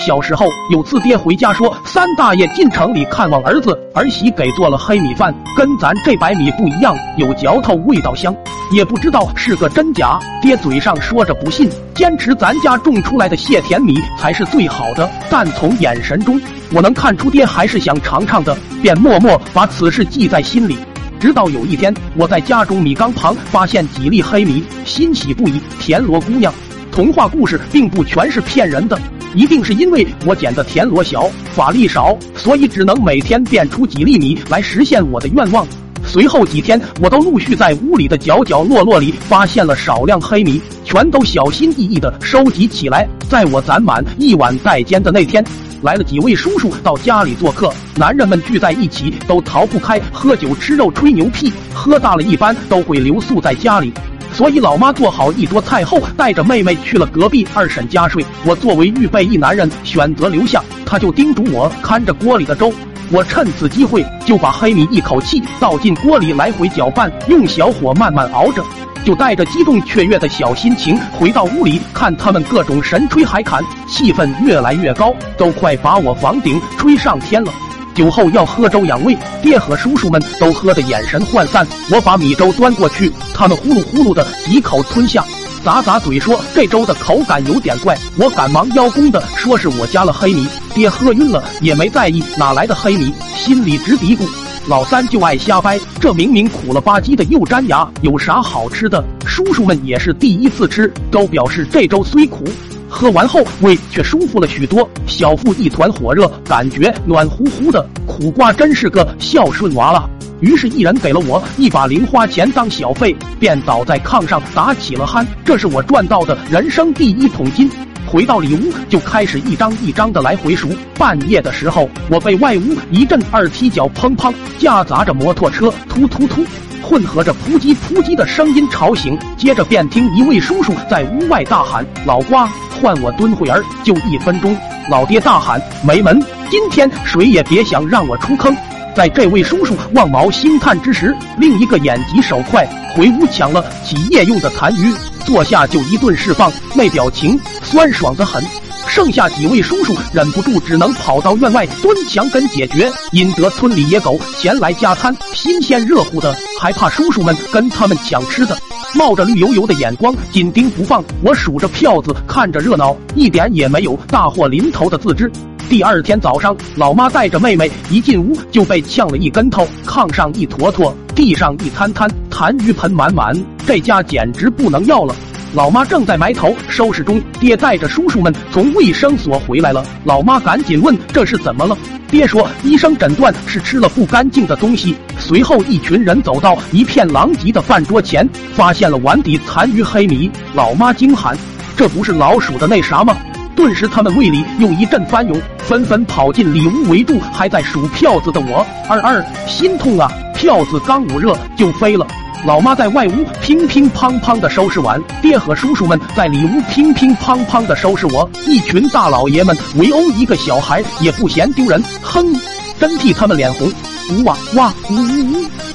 小时候有次爹回家说，三大爷进城里看望儿子，儿媳给做了黑米饭，跟咱这白米不一样，有嚼头，味道香。也不知道是个真假，爹嘴上说着不信，坚持咱家种出来的蟹田米才是最好的，但从眼神中我能看出爹还是想尝尝的，便默默把此事记在心里。直到有一天，我在家中米缸旁发现几粒黑米，欣喜不已。田螺姑娘，童话故事并不全是骗人的，一定是因为我捡的田螺小，法力少，所以只能每天变出几粒米来实现我的愿望。随后几天，我都陆续在屋里的角角落落里发现了少量黑米，全都小心翼翼地收集起来。在我攒满一碗带尖的那天，来了几位叔叔到家里做客，男人们聚在一起都逃不开喝酒吃肉吹牛屁，喝大了一般都会留宿在家里。所以老妈做好一桌菜后，带着妹妹去了隔壁二婶家睡。我作为预备役男人选择留下，她就叮嘱我看着锅里的粥。我趁此机会就把黑米一口气倒进锅里来回搅拌，用小火慢慢熬着，就带着激动雀跃的小心情回到屋里看他们各种神吹海侃，气氛越来越高，都快把我房顶吹上天了。酒后要喝粥养胃，爹和叔叔们都喝得眼神涣散。我把米粥端过去，他们呼噜呼噜的几口吞下，咂咂嘴说这粥的口感有点怪。我赶忙邀功的说是我加了黑米，爹喝晕了也没在意哪来的黑米，心里直嘀咕老三就爱瞎掰，这明明苦了吧唧的又粘牙，有啥好吃的？叔叔们也是第一次吃，都表示这粥虽苦，喝完后胃却舒服了许多，小腹一团火热，感觉暖乎乎的。苦瓜真是个孝顺娃了。于是一人给了我一把零花钱当小费，便倒在炕上打起了鼾。这是我赚到的人生第一桶金。回到里屋就开始一张一张的来回数。半夜的时候，我被外屋一阵二踢脚砰砰夹杂着摩托车突突突混合着扑叽扑叽的声音吵醒，接着便听一位叔叔在屋外大喊老瓜，换我蹲会儿就1分钟。老爹大喊没门，今天谁也别想让我出坑。在这位叔叔望毛兴叹之时，另一个眼疾手快回屋抢了起夜用的痰盂，坐下就一顿释放，那表情酸爽得很。剩下几位叔叔忍不住只能跑到院外蹲墙根解决，引得村里野狗前来加餐，新鲜热乎的，还怕叔叔们跟他们抢吃的，冒着绿油油的眼光紧盯不放。我数着票子看着热闹，一点也没有大祸临头的自知。第二天早上，老妈带着妹妹一进屋就被呛了一跟头，炕上一坨坨，地上一滩滩，痰盂盆满满，这家简直不能要了。老妈正在埋头收拾中，爹带着叔叔们从卫生所回来了。老妈赶紧问这是怎么了，爹说医生诊断是吃了不干净的东西。随后一群人走到一片狼藉的饭桌前，发现了碗底残余黑米。老妈惊喊这不是老鼠的那啥吗？顿时他们胃里又一阵翻涌，纷纷跑进里屋围住还在数票子的我。心痛啊，票子刚捂热就飞了。老妈在外屋乒乒乓乓的收拾碗，爹和叔叔们在里屋乒乒乓乓的收拾我。一群大老爷们围殴一个小孩也不嫌丢人，哼，真替他们脸红。呜哇哇呜呜呜。